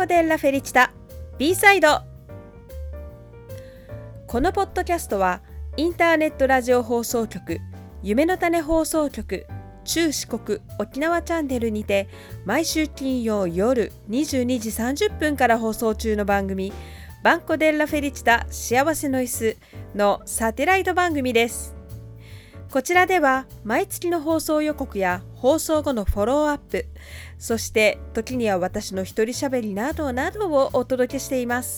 コデッラフェリチタ B サイド。このポッドキャストはインターネットラジオ放送局夢の種放送局中四国沖縄チャンネルにて毎週金曜夜22時30分から放送中の番組バンコデッラフェリチタ幸せの椅子のサテライト番組です。こちらでは毎月の放送予告や放送後のフォローアップ、そして時には私の一人喋りなどなどをお届けしています。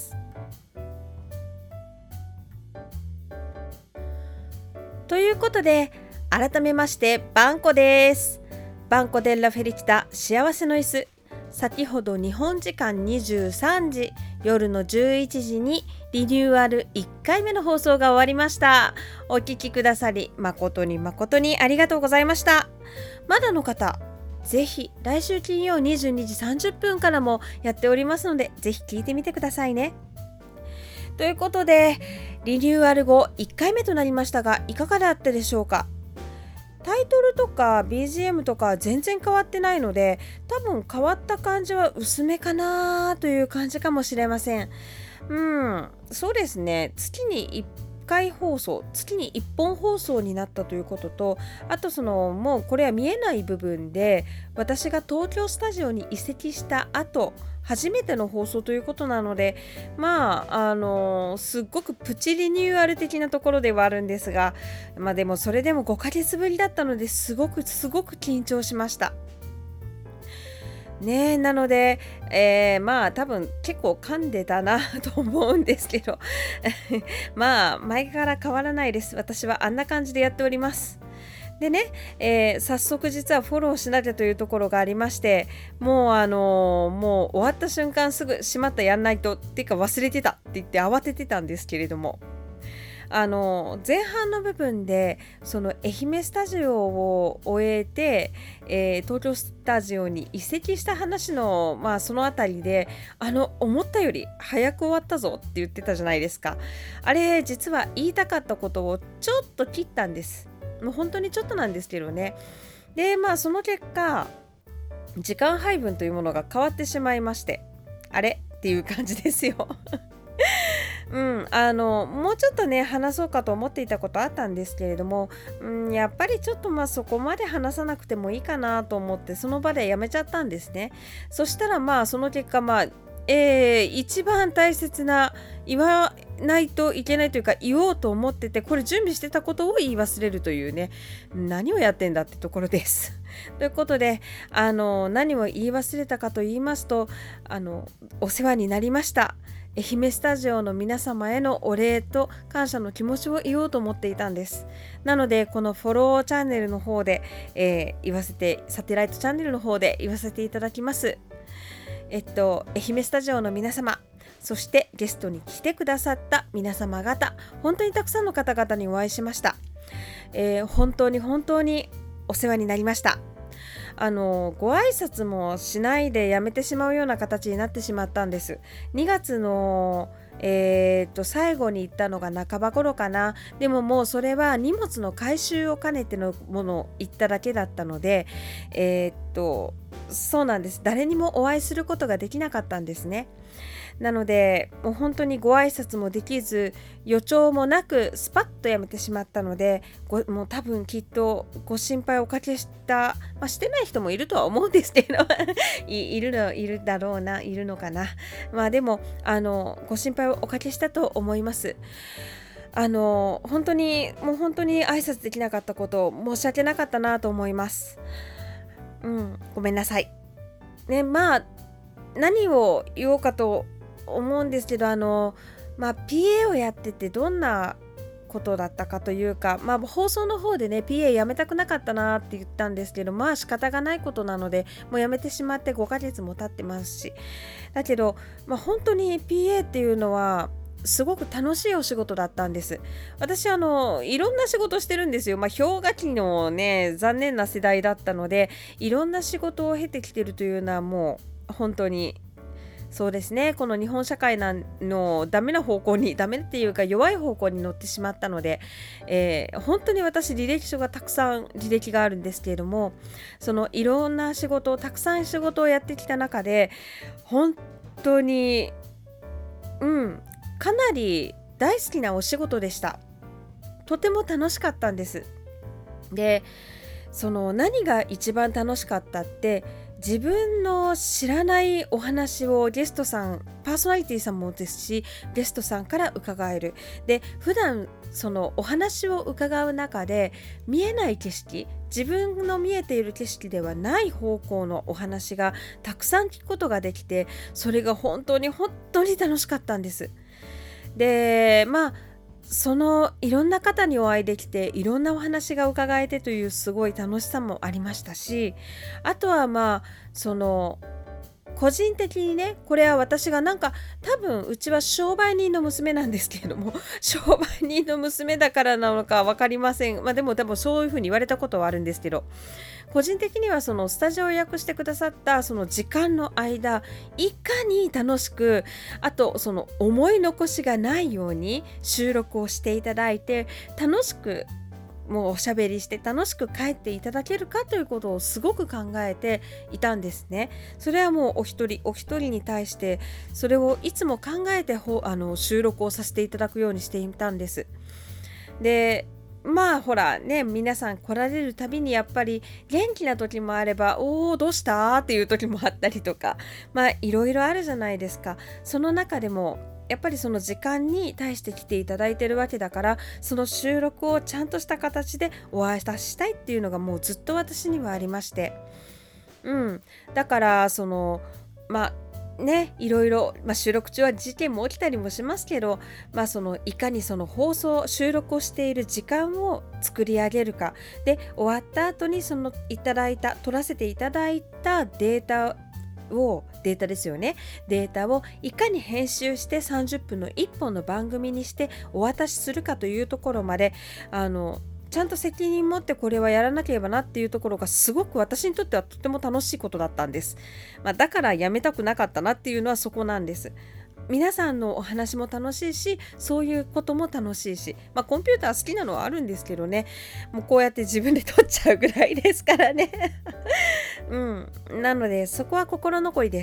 ということで改めましてバンコです。バンコデッラフェリチタ幸せの椅子、先ほど日本時間23時夜の11時にリニューアル1回目の放送が終わりました。お聞きくださり誠にありがとうございました。まだの方ぜひ来週金曜22時30分からもやっておりますので、ぜひ聞いてみてくださいね。ということでリニューアル後1回目となりましたが、いかがだったでしょうか。タイトルとか BGM とか全然変わってないので、多分変わった感じは薄めかなという感じかもしれません。そうですね、月に1回放送、月に1本放送になったということと、あともうこれは見えない部分で私が東京スタジオに移籍した後初めての放送ということなので、すっごくプチリニューアル的なところではあるんですが、でもそれでも5ヶ月ぶりだったのですごく緊張しましたね。なので、多分結構噛んでたなと思うんですけど前から変わらないです。私はあんな感じでやっております。でね、早速実はフォローしなきゃというところがありまして、もう終わった瞬間すぐしまった、やんないとっていうか忘れてたって言って慌ててたんですけれども、前半の部分でその愛媛スタジオを終えて、東京スタジオに移籍した話の、そのあたりで思ったより早く終わったぞって言ってたじゃないですか。あれ実は言いたかったことをちょっと切ったんです。もう本当にちょっとなんですけどね。でその結果時間配分というものが変わってしまいまして、あれっていう感じですよもうちょっとね話そうかと思っていたことあったんですけれども、やっぱりちょっとそこまで話さなくてもいいかなと思ってその場でやめちゃったんですね。そしたらその結果一番大切な言わないといけないというか言おうと思ってて、これ準備してたことを言い忘れるというね、何をやってんだってところですということで何を言い忘れたかと言いますと、お世話になりました愛媛スタジオの皆様へのお礼と感謝の気持ちを言おうと思っていたんです。なのでこのフォローチャンネルの方で、サテライトチャンネルの方で言わせていただきます。愛媛スタジオの皆様、そしてゲストに来てくださった皆様方、本当にたくさんの方々にお会いしました。本当にお世話になりました。ご挨拶もしないでやめてしまうような形になってしまったんです。2月の最後に行ったのが半ば頃かな。でももうそれは荷物の回収を兼ねてのものを行っただけだったので、そうなんです。誰にもお会いすることができなかったんですね。なのでもう本当にご挨拶もできず予兆もなくスパッとやめてしまったので、もう多分きっとご心配をおかけした、してない人もいるとは思うんですけどいるだろうな、いるのかな。でもご心配をおかけしたと思います。本当に挨拶できなかったこと申し訳なかったなと思います。ごめんなさいね。何を言おうかと思うんですけど、PA をやっててどんなことだったかというか、放送の方でね PA やめたくなかったなって言ったんですけど、仕方がないことなのでもうやめてしまって5ヶ月も経ってますし、だけど本当に PA っていうのはすごく楽しいお仕事だったんです。私いろんな仕事してるんですよ。氷河期のね残念な世代だったので、いろんな仕事を経てきてるというのはもう本当にそうですね。この日本社会のダメっていうか弱い方向に乗ってしまったので、本当に私履歴書がたくさん履歴があるんですけれども、そのいろんな仕事をたくさん仕事をやってきた中で本当に、かなり大好きなお仕事でした。とても楽しかったんです。で、その何が一番楽しかったって、自分の知らないお話をゲストさん、パーソナリティさんもですし、ゲストさんから伺える。で、普段そのお話を伺う中で見えない景色、自分の見えている景色ではない方向のお話がたくさん聞くことができて、それが本当に本当に楽しかったんです。で、そのいろんな方にお会いできて、いろんなお話が伺えてというすごい楽しさもありましたし、あとはその個人的にね、これは私が多分うちは商売人の娘なんですけれども、商売人の娘だからなのか分かりません。でも多分そういうふうに言われたことはあるんですけど、個人的にはそのスタジオを予約してくださったその時間の間、いかに楽しく、あとその思い残しがないように収録をしていただいて、楽しくもうおしゃべりして楽しく帰っていただけるかということをすごく考えていたんですね。それはもうお一人お一人に対してそれをいつも考えて収録をさせていただくようにしていたんです。で、ほらね、皆さん来られるたびにやっぱり元気な時もあれば、おーどうしたっていう時もあったりとか、いろいろあるじゃないですか。その中でもやっぱりその時間に対して来ていただいてるわけだから、その収録をちゃんとした形でお会いしたいっていうのがもうずっと私にはありまして、だからそのいろいろ、収録中は事件も起きたりもしますけど、そのいかにその収録をしている時間を作り上げるかで、終わった後にその取らせていただいたデータですよね。データをいかに編集して30分の1本の番組にしてお渡しするかというところまで、ちゃんと責任持ってこれはやらなければなっていうところがすごく私にとってはとても楽しいことだったんです。だからやめたくなかったなっていうのはそこなんです。皆さんのお話も楽しいし、そういうことも楽しいし、コンピューター好きなのはあるんですけどね、もうこうやって自分で撮っちゃうぐらいですからねなのでそこは心残りです。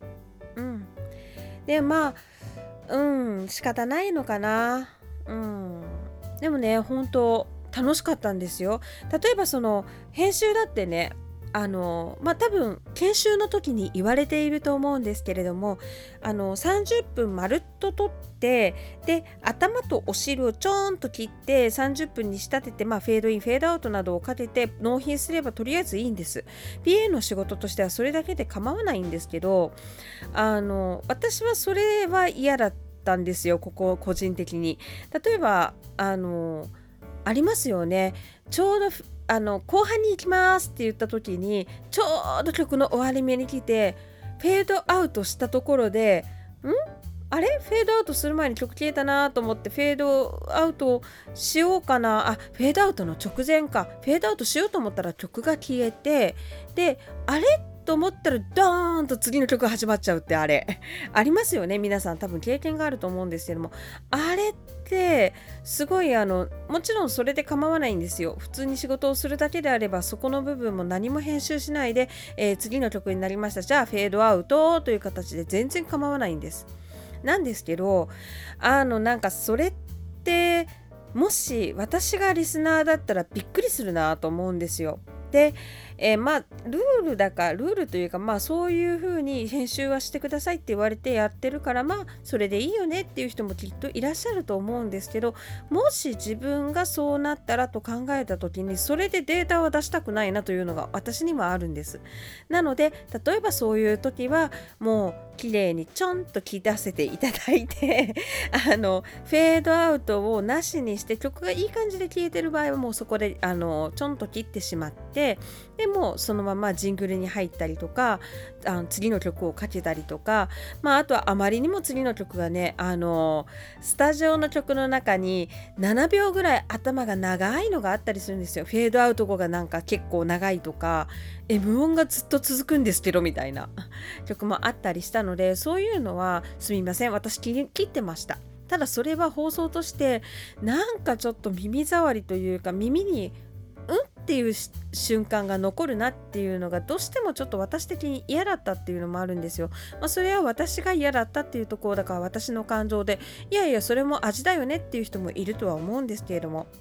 で仕方ないのかな。でもね、本当楽しかったんですよ。例えばその編集だってね、多分研修の時に言われていると思うんですけれども、30分まるっと取って、で頭とお尻をちょーんと切って30分に仕立てて、フェードインフェードアウトなどをかけて納品すればとりあえずいいんです。 PA の仕事としてはそれだけで構わないんですけど、私はそれは嫌だったんですよ。ここ個人的に例えばありますよね。ちょうど後半に行きますって言った時にちょうど曲の終わり目に来てフェードアウトしたところであれフェードアウトする前に曲消えたなと思ってフェードアウトしようかな、フェードアウトの直前か、フェードアウトしようと思ったら曲が消えて、であれと思ったらドーンと次の曲が始まっちゃうってありますよね。皆さん多分経験があると思うんですけども、あれってすごいもちろんそれで構わないんですよ。普通に仕事をするだけであればそこの部分も何も編集しないで、次の曲になりました、じゃあフェードアウトという形で全然構わないんです。なんですけどそれってもし私がリスナーだったらびっくりするなと思うんですよ。で、ルールというかそういう風に編集はしてくださいって言われてやってるからそれでいいよねっていう人もきっといらっしゃると思うんですけど、もし自分がそうなったらと考えた時にそれでデータは出したくないなというのが私にはあるんです。なので例えばそういう時はもう綺麗にちょんと切らせていただいてフェードアウトをなしにして曲がいい感じで消えてる場合はもうそこでちょんと切ってしまって、でもそのままジングルに入ったりとか次の曲をかけたりとか、あとはあまりにも次の曲がねスタジオの曲の中に7秒ぐらい頭が長いのがあったりするんですよ。フェードアウト後が結構長いとか、無音がずっと続くんですけどみたいな曲もあったりしたので、そういうのはすみません、私切ってました。ただそれは放送としてちょっと耳障りというか耳にっっていう瞬間が残るなっていうのがどうしてもちょっと私的に嫌だったっていうのもあるんですよ。それは私が嫌だったっていうところだから私の感情で、いやいやそれも味だよねっていう人もいるとは思うんですけれども、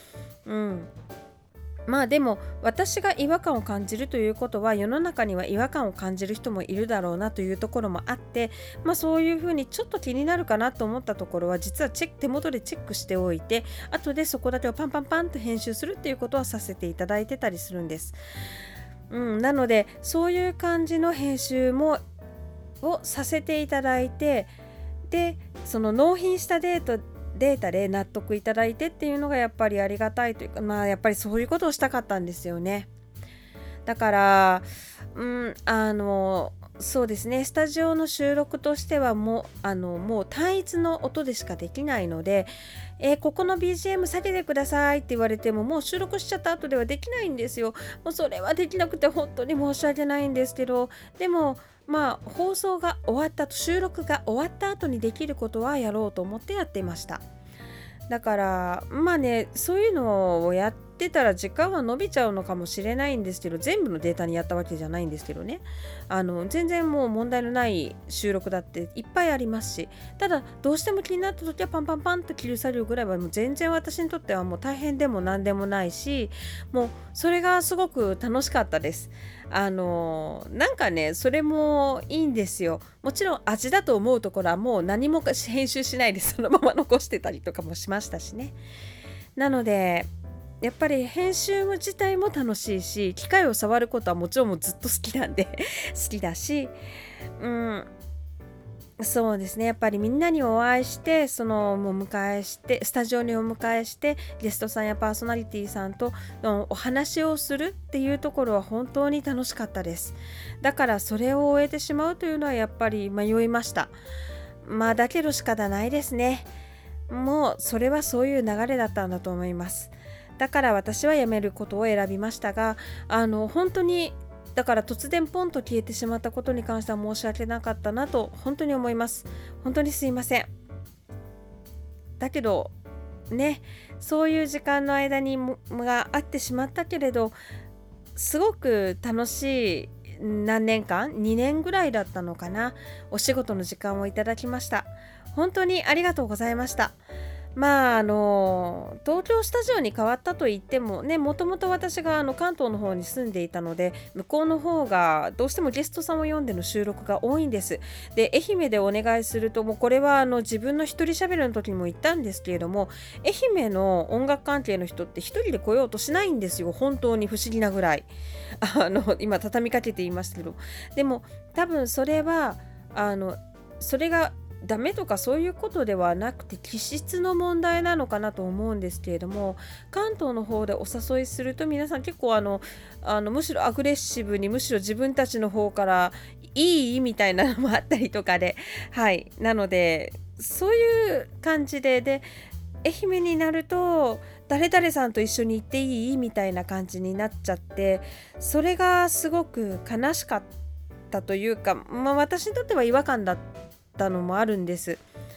でも私が違和感を感じるということは世の中には違和感を感じる人もいるだろうなというところもあって、そういうふうにちょっと気になるかなと思ったところは実は手元でチェックしておいて、後でそこだけをパンパンパンと編集するっていうことはさせていただいてたりするんです。なのでそういう感じの編集をさせていただいて、でその納品したデータで納得いただいてっていうのがやっぱりありがたいというか、やっぱりそういうことをしたかったんですよね。だからそうですね、スタジオの収録としてはもう単一の音でしかできないので、ここの BGM 下げてくださいって言われてももう収録しちゃった後ではできないんですよ。もうそれはできなくて本当に申し訳ないんですけど、でも放送が終わった後、収録が終わった後にできることはやろうと思ってやっていました。だからそういうのをやってたら時間は伸びちゃうのかもしれないんですけど、全部のデータにやったわけじゃないんですけどね、全然もう問題のない収録だっていっぱいありますし、ただどうしても気になった時はパンパンパンと切る作業ぐらいはもう全然私にとってはもう大変でも何でもないし、もうそれがすごく楽しかったです。それもいいんですよ。もちろん味だと思うところはもう何も編集しないでそのまま残してたりとかもしましたしね。なのでやっぱり編集自体も楽しいし、機械を触ることはもちろんもうずっと好きなんで好きだし、そうですね、やっぱりみんなにお会いして、スタジオにお迎えしてゲストさんやパーソナリティさんとお話をするっていうところは本当に楽しかったです。だからそれを終えてしまうというのはやっぱり迷いました。だけど仕方ないですね。もうそれはそういう流れだったんだと思います。だから私は辞めることを選びましたが、本当にだから突然ポンと消えてしまったことに関しては申し訳なかったなと本当に思います。本当にすいません。だけどね、そういう時間の間にがあってしまったけれど、すごく楽しい何年間2年ぐらいだったのかな、お仕事の時間をいただきました。本当にありがとうございました。東京スタジオに変わったといってもね、もともと私が関東の方に住んでいたので、向こうの方がどうしてもゲストさんを呼んでの収録が多いんです。で、愛媛でお願いすると、もうこれは自分の一人喋るの時にも言ったんですけれども、愛媛の音楽関係の人って一人で来ようとしないんですよ。本当に不思議なぐらい今畳みかけて言いましたけど、でも多分それはそれがダメとかそういうことではなくて気質の問題なのかなと思うんですけれども、関東の方でお誘いすると皆さん結構むしろアグレッシブに、むしろ自分たちの方からいいみたいなのもあったりとかで、なのでそういう感じで愛媛になると誰々さんと一緒に行っていいみたいな感じになっちゃって、それがすごく悲しかったというか、私にとっては違和感だったのもあるんです。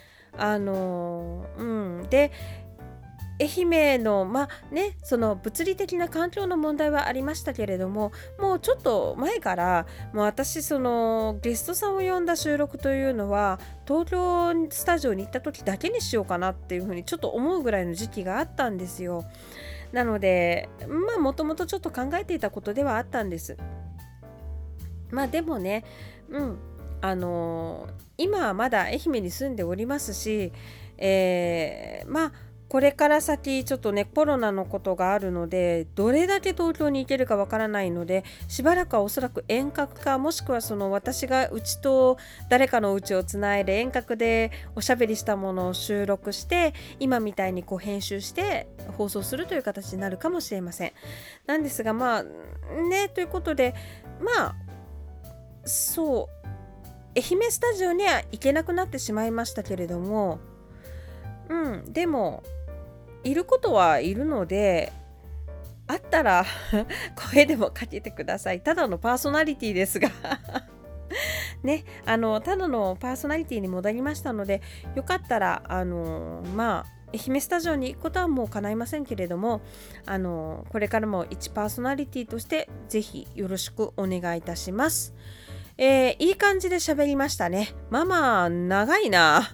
で愛媛のその物理的な環境の問題はありましたけれども、もうちょっと前からもう私そのゲストさんを呼んだ収録というのは東京スタジオに行った時だけにしようかなっていうふうにちょっと思うぐらいの時期があったんですよ。なのでもともとちょっと考えていたことではあったんです。でもね、今はまだ愛媛に住んでおりますし、これから先ちょっとねコロナのことがあるので、どれだけ東京に行けるかわからないので、しばらくはおそらく遠隔か、もしくはその私がうちと誰かのうちをつないで遠隔でおしゃべりしたものを収録して、今みたいに編集して放送するという形になるかもしれません。なんですがということでそう愛媛スタジオには行けなくなってしまいましたけれども、でもいることはいるので、あったら声でもかけてください。ただのパーソナリティですがね、ただのパーソナリティに戻りましたので、よかったら愛媛スタジオに行くことはもう叶いませんけれども、これからも一パーソナリティとしてぜひよろしくお願いいたします。いい感じで喋りましたね。まあまあ長いな。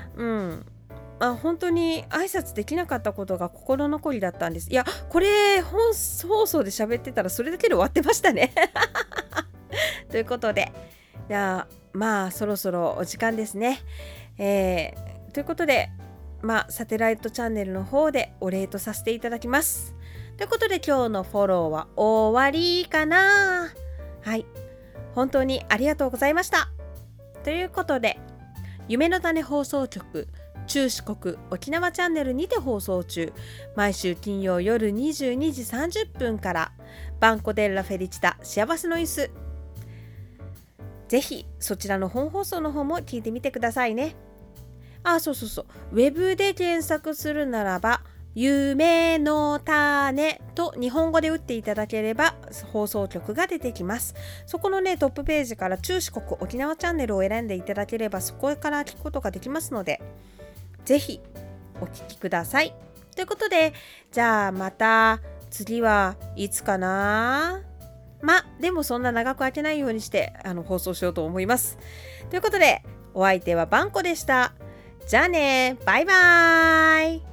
本当に挨拶できなかったことが心残りだったんです。いや、これ本放送で喋ってたらそれだけで終わってましたね。ということで、じゃあまあそろそろお時間ですね。ということで、サテライトチャンネルの方でお礼とさせていただきます。ということで今日のフォローは終わりかな。はい、本当にありがとうございました。ということで、夢の種放送局中四国沖縄チャンネルにて放送中、毎週金曜夜22時30分からバンコデッラフェリチタ幸せの椅子、ぜひそちらの本放送の方も聞いてみてくださいね。そうウェブで検索するならば夢の種と日本語で打っていただければ放送局が出てきます。そこのねトップページから中四国沖縄チャンネルを選んでいただければそこから聞くことができますので、ぜひお聞きください。ということで、じゃあまた次はいつかな。でもそんな長く空けないようにして放送しようと思います。ということで、お相手はバンコでした。じゃあね、バイバーイ。